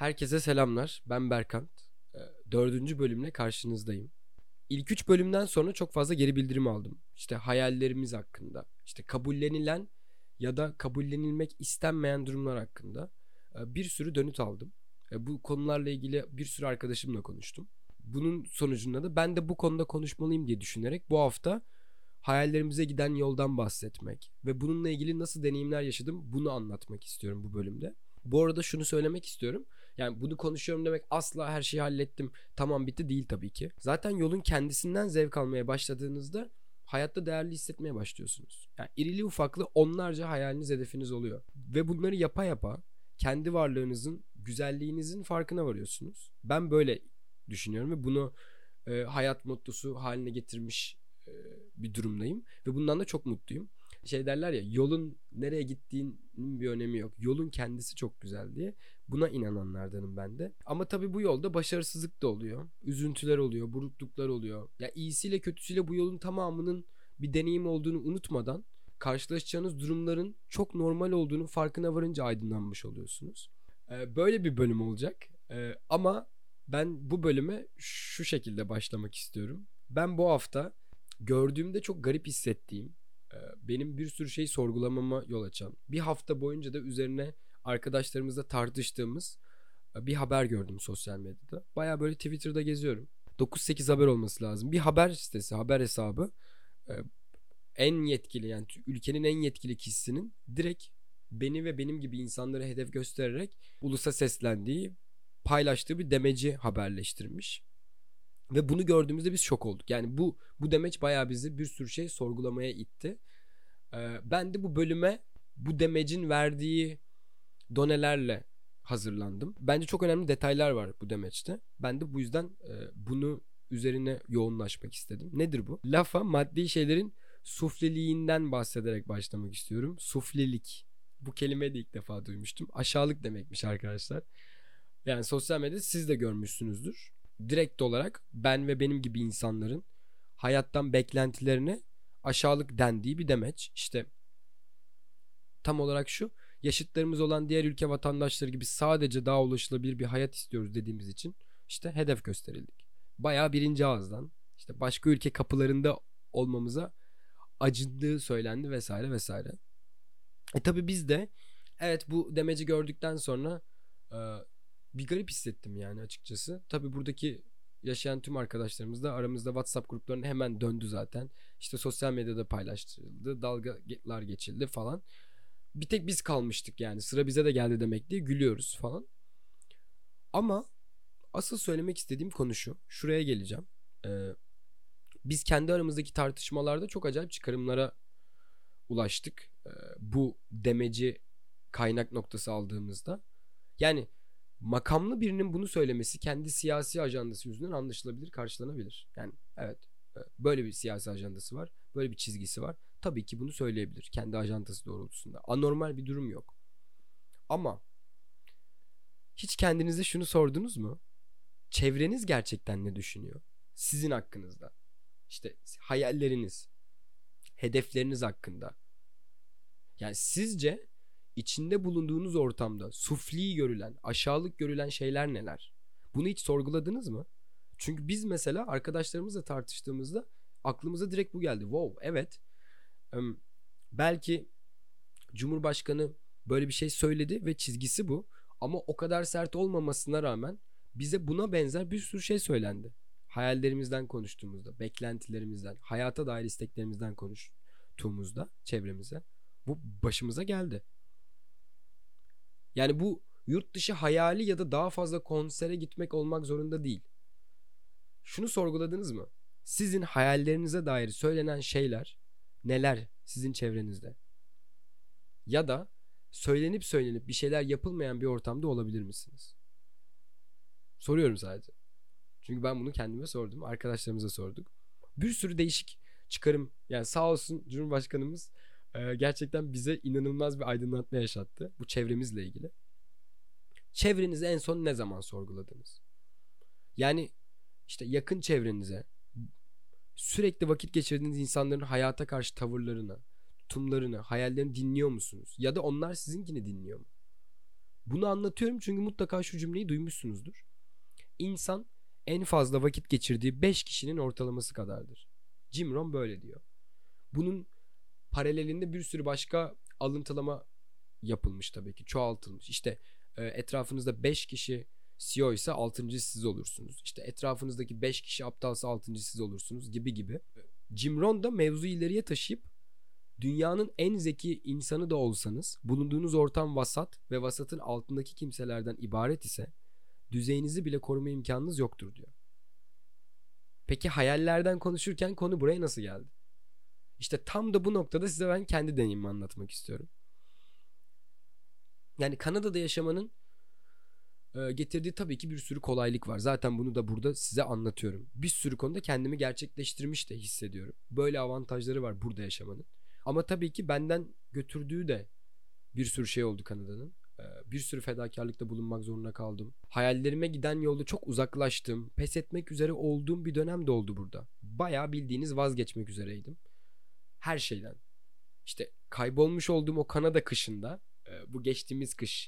Herkese selamlar. Ben Berkant. Dördüncü bölümle karşınızdayım. İlk üç bölümden sonra çok fazla geri bildirim aldım. İşte hayallerimiz hakkında, işte kabullenilen ya da kabullenilmek istenmeyen durumlar hakkında bir sürü dönüt aldım. Bu konularla ilgili bir sürü arkadaşımla konuştum. Bunun sonucunda da ben de bu konuda konuşmalıyım diye düşünerek bu hafta hayallerimize giden yoldan bahsetmek ve bununla ilgili nasıl deneyimler yaşadım bunu anlatmak istiyorum bu bölümde. Bu arada şunu söylemek istiyorum. Yani bunu konuşuyorum demek asla her şeyi hallettim, tamam bitti değil tabii ki. Zaten yolun kendisinden zevk almaya başladığınızda hayatta değerli hissetmeye başlıyorsunuz. Yani irili ufaklı onlarca hayaliniz, hedefiniz oluyor. Ve bunları yapa yapa kendi varlığınızın, güzelliğinizin farkına varıyorsunuz. Ben böyle düşünüyorum ve bunu hayat mottosu haline getirmiş e, bir durumdayım. Ve bundan da çok mutluyum. Şey derler ya, yolun nereye gittiğinin bir önemi yok. Yolun kendisi çok güzel diye. Buna inananlardanım ben de. Ama tabii bu yolda başarısızlık da oluyor. Üzüntüler oluyor, burukluklar oluyor. Ya iyisiyle kötüsüyle bu yolun tamamının bir deneyim olduğunu unutmadan karşılaşacağınız durumların çok normal olduğunu farkına varınca aydınlanmış oluyorsunuz. Böyle bir bölüm olacak. Ama ben bu bölüme şu şekilde başlamak istiyorum. Ben bu hafta gördüğümde çok garip hissettiğim, benim bir sürü şeyi sorgulamama yol açan, bir hafta boyunca da üzerine arkadaşlarımızla tartıştığımız bir haber gördüm sosyal medyada. Baya böyle Twitter'da geziyorum. 9-8 haber olması lazım. Bir haber sitesi, haber hesabı, e, en yetkili, yani ülkenin en yetkili kişisinin direkt beni ve benim gibi insanları hedef göstererek ulusa seslendiği, paylaştığı bir demeci haberleştirmiş. Ve bunu gördüğümüzde biz şok olduk. Yani bu demeç bayağı bizi bir sürü şey sorgulamaya itti. Ben de bu bölüme bu demecin verdiği donelerle hazırlandım. Bence çok önemli detaylar var bu demeçte. Ben de bu yüzden bunu üzerine yoğunlaşmak istedim. Nedir bu? Lafa maddi şeylerin sufliliğinden bahsederek başlamak istiyorum. Suflilik. Bu kelimeyi de ilk defa duymuştum. Aşağılık demekmiş arkadaşlar. Yani sosyal medyada siz de görmüşsünüzdür. Direkt olarak ben ve benim gibi insanların hayattan beklentilerine aşağılık dendiği bir demeç. İşte tam olarak şu: yaşıtlarımız olan diğer ülke vatandaşları gibi sadece daha ulaşılabilir bir hayat istiyoruz dediğimiz için işte hedef gösterildik. Bayağı birinci ağızdan işte başka ülke kapılarında olmamıza acındığı söylendi vesaire vesaire. Tabii biz de evet, bu demeci gördükten sonra e, bir garip hissettim yani açıkçası. Tabii buradaki yaşayan tüm arkadaşlarımız da aramızda WhatsApp gruplarına hemen döndü zaten. İşte sosyal medyada paylaştırıldı, dalgalar geçildi falan. Bir tek biz kalmıştık, yani sıra bize de geldi demek diye gülüyoruz falan. Ama asıl söylemek istediğim konu şu. Şuraya geleceğim. Ee, Biz kendi aramızdaki tartışmalarda çok acayip çıkarımlara ulaştık. Bu demeci kaynak noktası aldığımızda. Yani makamlı birinin bunu söylemesi kendi siyasi ajandası yüzünden anlaşılabilir, karşılanabilir. Yani evet, böyle bir siyasi ajandası var, böyle bir çizgisi var. Tabii ki bunu söyleyebilir kendi ajandası doğrultusunda. Anormal bir durum yok. Ama hiç kendinize şunu sordunuz mu? Çevreniz gerçekten ne düşünüyor sizin hakkınızda? İşte hayalleriniz, hedefleriniz hakkında. Yani sizce içinde bulunduğunuz ortamda sufli görülen, aşağılık görülen şeyler neler? Bunu hiç sorguladınız mı? Çünkü biz mesela arkadaşlarımızla tartıştığımızda aklımıza direkt bu geldi. Wow, evet. Belki Cumhurbaşkanı böyle bir şey söyledi ve çizgisi bu. Ama o kadar sert olmamasına rağmen bize buna benzer bir sürü şey söylendi. Hayallerimizden konuştuğumuzda, beklentilerimizden, hayata dair isteklerimizden konuştuğumuzda çevremize bu başımıza geldi. Yani bu yurt dışı hayali ya da daha fazla konsere gitmek olmak zorunda değil. Şunu sorguladınız mı? Sizin hayallerinize dair söylenen şeyler neler sizin çevrenizde? Ya da söylenip bir şeyler yapılmayan bir ortamda olabilir misiniz? Soruyorum sadece. Çünkü ben bunu kendime sordum, arkadaşlarımıza sorduk. Bir sürü değişik çıkarım. Yani sağ olsun Cumhurbaşkanımız gerçekten bize inanılmaz bir aydınlatma yaşattı bu çevremizle ilgili. Çevrenizi en son ne zaman sorguladınız? Yani işte yakın çevrenize, sürekli vakit geçirdiğiniz insanların hayata karşı tavırlarını, tutumlarını, hayallerini dinliyor musunuz? Ya da onlar sizinkini dinliyor mu? Bunu anlatıyorum çünkü mutlaka şu cümleyi duymuşsunuzdur. İnsan en fazla vakit geçirdiği 5 kişinin ortalaması kadardır. Jim Rohn böyle diyor. Bunun paralelinde bir sürü başka alıntılama yapılmış tabii ki. Çoğaltılmış. İşte etrafınızda 5 kişi CEO ise 6. siz olursunuz. İşte etrafınızdaki 5 kişi aptalsa 6. siz olursunuz gibi gibi. Jim Rohn da mevzu ileriye taşıyıp dünyanın en zeki insanı da olsanız bulunduğunuz ortam vasat ve vasatın altındaki kimselerden ibaret ise düzeyinizi bile koruma imkanınız yoktur diyor. Peki hayallerden konuşurken konu buraya nasıl geldi? İşte tam da bu noktada size ben kendi deneyimimi anlatmak istiyorum. Yani Kanada'da yaşamanın getirdiği tabii ki bir sürü kolaylık var. Zaten bunu da burada size anlatıyorum. Bir sürü konuda kendimi gerçekleştirmiş de hissediyorum. Böyle avantajları var burada yaşamanın. Ama tabii ki benden götürdüğü de bir sürü şey oldu Kanada'nın. Bir sürü fedakarlıkta bulunmak zorunda kaldım. Hayallerime giden yolda çok uzaklaştım. Pes etmek üzere olduğum bir dönem de oldu burada. Bayağı bildiğiniz vazgeçmek üzereydim. Her şeyden. İşte kaybolmuş olduğum o Kanada kışında, bu geçtiğimiz kış,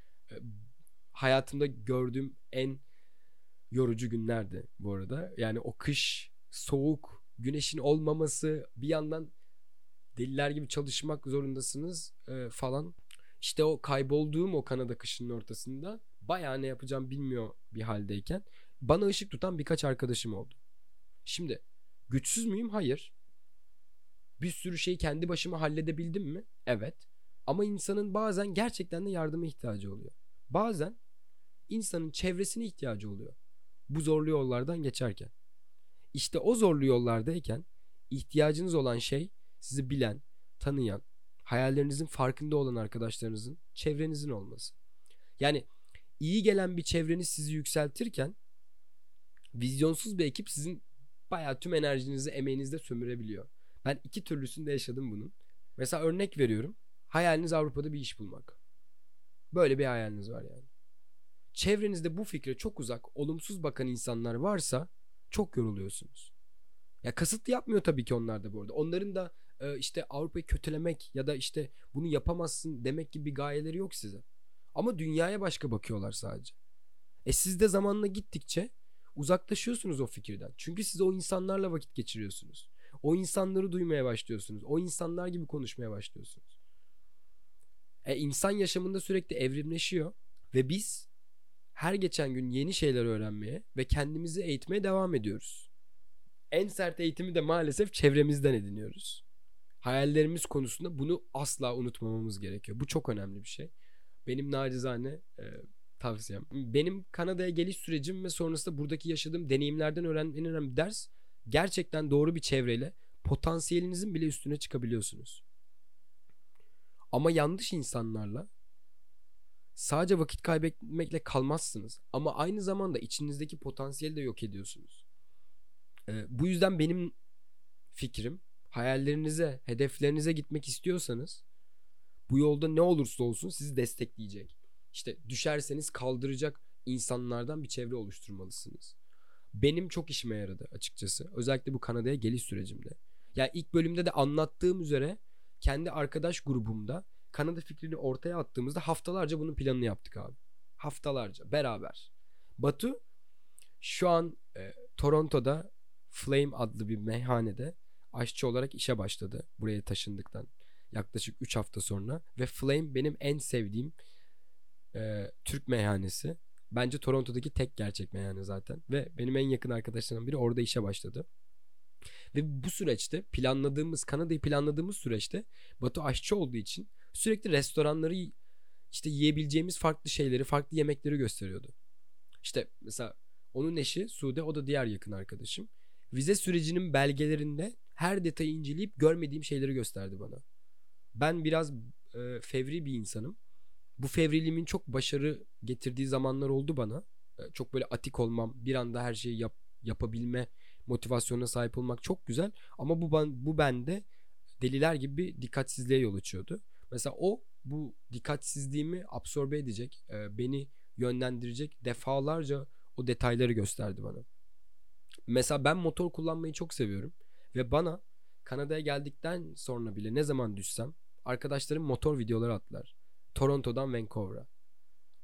hayatımda gördüğüm en yorucu günlerdi bu arada. Yani o kış, soğuk, güneşin olmaması, bir yandan deliler gibi çalışmak zorundasınız falan. İşte o kaybolduğum o Kanada kışının ortasında bayağı ne yapacağım bilmiyor bir haldeyken bana ışık tutan birkaç arkadaşım oldu. Şimdi güçsüz müyüm? Hayır. Bir sürü şeyi kendi başıma halledebildim mi? Evet. Ama insanın bazen gerçekten de yardıma ihtiyacı oluyor. Bazen insanın çevresine ihtiyacı oluyor. Bu zorlu yollardan geçerken. İşte o zorlu yollardayken ihtiyacınız olan şey sizi bilen, tanıyan, hayallerinizin farkında olan arkadaşlarınızın, çevrenizin olması. Yani iyi gelen bir çevreniz sizi yükseltirken vizyonsuz bir ekip sizin bayağı tüm enerjinizi, emeğinizde sömürebiliyor. Ben iki türlüsünde yaşadım bunun. Mesela örnek veriyorum. Hayaliniz Avrupa'da bir iş bulmak. Böyle bir hayaliniz var yani. Çevrenizde bu fikre çok uzak, olumsuz bakan insanlar varsa çok yoruluyorsunuz. Ya kasıtlı yapmıyor tabii ki onlar da bu arada. Onların da işte Avrupa'yı kötülemek ya da işte bunu yapamazsın demek gibi bir gayeleri yok size. Ama dünyaya başka bakıyorlar sadece. Siz de zamanla gittikçe uzaklaşıyorsunuz o fikirden. Çünkü siz o insanlarla vakit geçiriyorsunuz. O insanları duymaya başlıyorsunuz. O insanlar gibi konuşmaya başlıyorsunuz. İnsan yaşamında sürekli evrimleşiyor ve biz her geçen gün yeni şeyler öğrenmeye ve kendimizi eğitmeye devam ediyoruz. En sert eğitimi de maalesef çevremizden ediniyoruz. Hayallerimiz konusunda bunu asla unutmamamız gerekiyor. Bu çok önemli bir şey. Benim nacizane tavsiyem. Benim Kanada'ya geliş sürecim ve sonrasında buradaki yaşadığım deneyimlerden öğrenen en önemli ders gerçekten doğru bir çevreyle potansiyelinizin bile üstüne çıkabiliyorsunuz. Ama yanlış insanlarla sadece vakit kaybetmekle kalmazsınız. Ama aynı zamanda içinizdeki potansiyeli de yok ediyorsunuz. Bu yüzden benim fikrim hayallerinize, hedeflerinize gitmek istiyorsanız bu yolda ne olursa olsun sizi destekleyecek. İşte düşerseniz kaldıracak insanlardan bir çevre oluşturmalısınız. Benim çok işime yaradı açıkçası. Özellikle bu Kanada'ya geliş sürecimde. Yani ilk bölümde de anlattığım üzere kendi arkadaş grubumda Kanada fikrini ortaya attığımızda haftalarca bunun planını yaptık abi. Haftalarca beraber. Batu şu an Toronto'da Flame adlı bir meyhanede aşçı olarak işe başladı. Buraya taşındıktan yaklaşık 3 hafta sonra. Ve Flame benim en sevdiğim Türk meyhanesi. Bence Toronto'daki tek gerçek meyhane zaten. Ve benim en yakın arkadaşlarımdan biri orada işe başladı. Ve bu süreçte Kanada'yı planladığımız süreçte Batu aşçı olduğu için sürekli restoranları, işte yiyebileceğimiz farklı şeyleri, farklı yemekleri gösteriyordu. İşte mesela onun eşi Sude, o da diğer yakın arkadaşım. Vize sürecinin belgelerinde her detayı inceleyip görmediğim şeyleri gösterdi bana. Ben biraz fevri bir insanım. Bu fevriliğimin çok başarı getirdiği zamanlar oldu bana. Çok böyle atik olmam, bir anda her şeyi yapabilme motivasyonuna sahip olmak çok güzel. Ama bu bende deliler gibi bir dikkatsizliğe yol açıyordu. Mesela bu dikkatsizliğimi absorbe edecek, beni yönlendirecek defalarca o detayları gösterdi bana. Mesela ben motor kullanmayı çok seviyorum ve bana Kanada'ya geldikten sonra bile ne zaman düşsem arkadaşlarım motor videoları attılar. Toronto'dan Vancouver'a.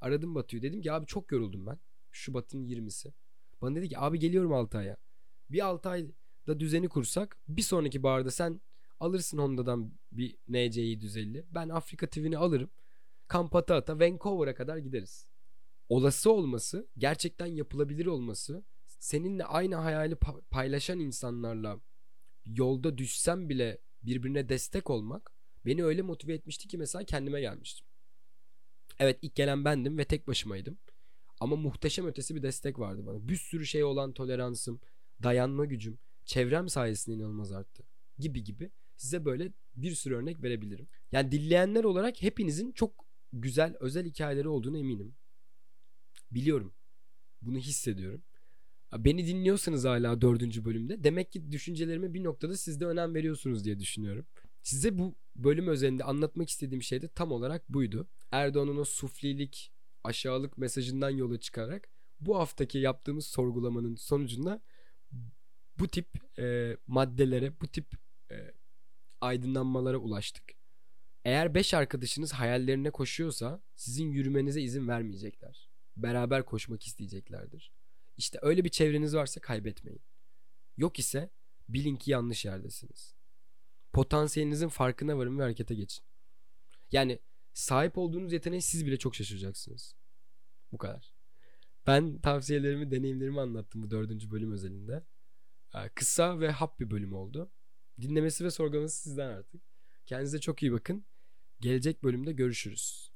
Aradım Batu'yu, dedim ki abi çok yoruldum ben. Şubat'ın 20'si. Bana dedi ki abi geliyorum 6 aya. Bir 6 ayda düzeni kursak bir sonraki baharda sen alırsın Honda'dan bir NC 750. Ben Afrika TV'ni alırım. Kamp ata ata Vancouver'a kadar gideriz. Olası olması, gerçekten yapılabilir olması, seninle aynı hayali paylaşan insanlarla yolda düşsem bile birbirine destek olmak beni öyle motive etmişti ki mesela kendime gelmiştim. Evet, ilk gelen bendim ve tek başımaydım. Ama muhteşem ötesi bir destek vardı bana. Bir sürü şeye olan toleransım, dayanma gücüm, çevrem sayesinde inanılmaz arttı. Gibi gibi. Size böyle bir sürü örnek verebilirim. Yani dinleyenler olarak hepinizin çok güzel, özel hikayeleri olduğunu eminim. Biliyorum. Bunu hissediyorum. Beni dinliyorsanız hala 4. bölümde, demek ki düşüncelerime bir noktada siz de önem veriyorsunuz diye düşünüyorum. Size bu bölüm özelinde anlatmak istediğim şey de tam olarak buydu. Erdoğan'ın o suflilik, aşağılık mesajından yola çıkarak bu haftaki yaptığımız sorgulamanın sonucunda bu tip maddelere, bu tip e, aydınlanmalara ulaştık. Eğer 5 arkadaşınız hayallerine koşuyorsa sizin yürümenize izin vermeyecekler. Beraber koşmak isteyeceklerdir. İşte öyle bir çevreniz varsa kaybetmeyin. Yok ise bilin ki yanlış yerdesiniz. Potansiyelinizin farkına varın ve harekete geçin. Yani sahip olduğunuz yeteneği siz bile çok şaşıracaksınız. Bu kadar. Ben tavsiyelerimi, deneyimlerimi anlattım bu 4. bölüm özelinde. Kısa ve hap bir bölüm oldu. Dinlemesi ve sorgulaması sizden artık. Kendinize çok iyi bakın. Gelecek bölümde görüşürüz.